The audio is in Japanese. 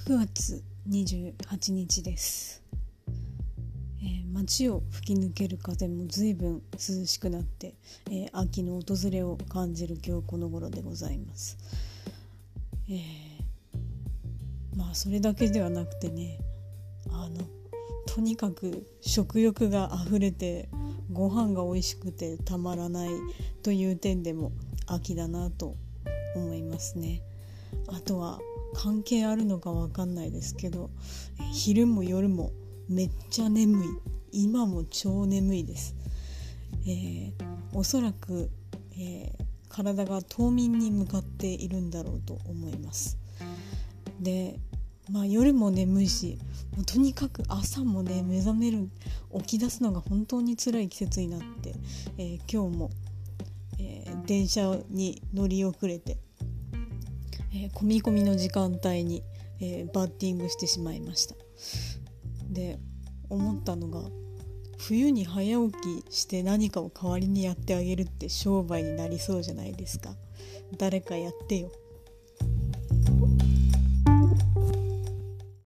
9月28日です。街を吹き抜ける風も随分涼しくなって、秋の訪れを感じる今日この頃でございます。それだけではなくてね、とにかく食欲があふれてご飯が美味しくてたまらないという点でも秋だなと思いますね。あとは関係あるのかわかんないですけど、昼も夜もめっちゃ眠い。今も超眠いです。おそらく、体が冬眠に向かっているんだろうと思います。で、夜も眠いし、もうとにかく朝もね起き出すのが本当に辛い季節になって、今日も、電車に乗り遅れて、込み込みの時間帯に、バッティングしてしまいました。で、思ったのが、冬に早起きして何かを代わりにやってあげるって商売になりそうじゃないですか。誰かやってよ。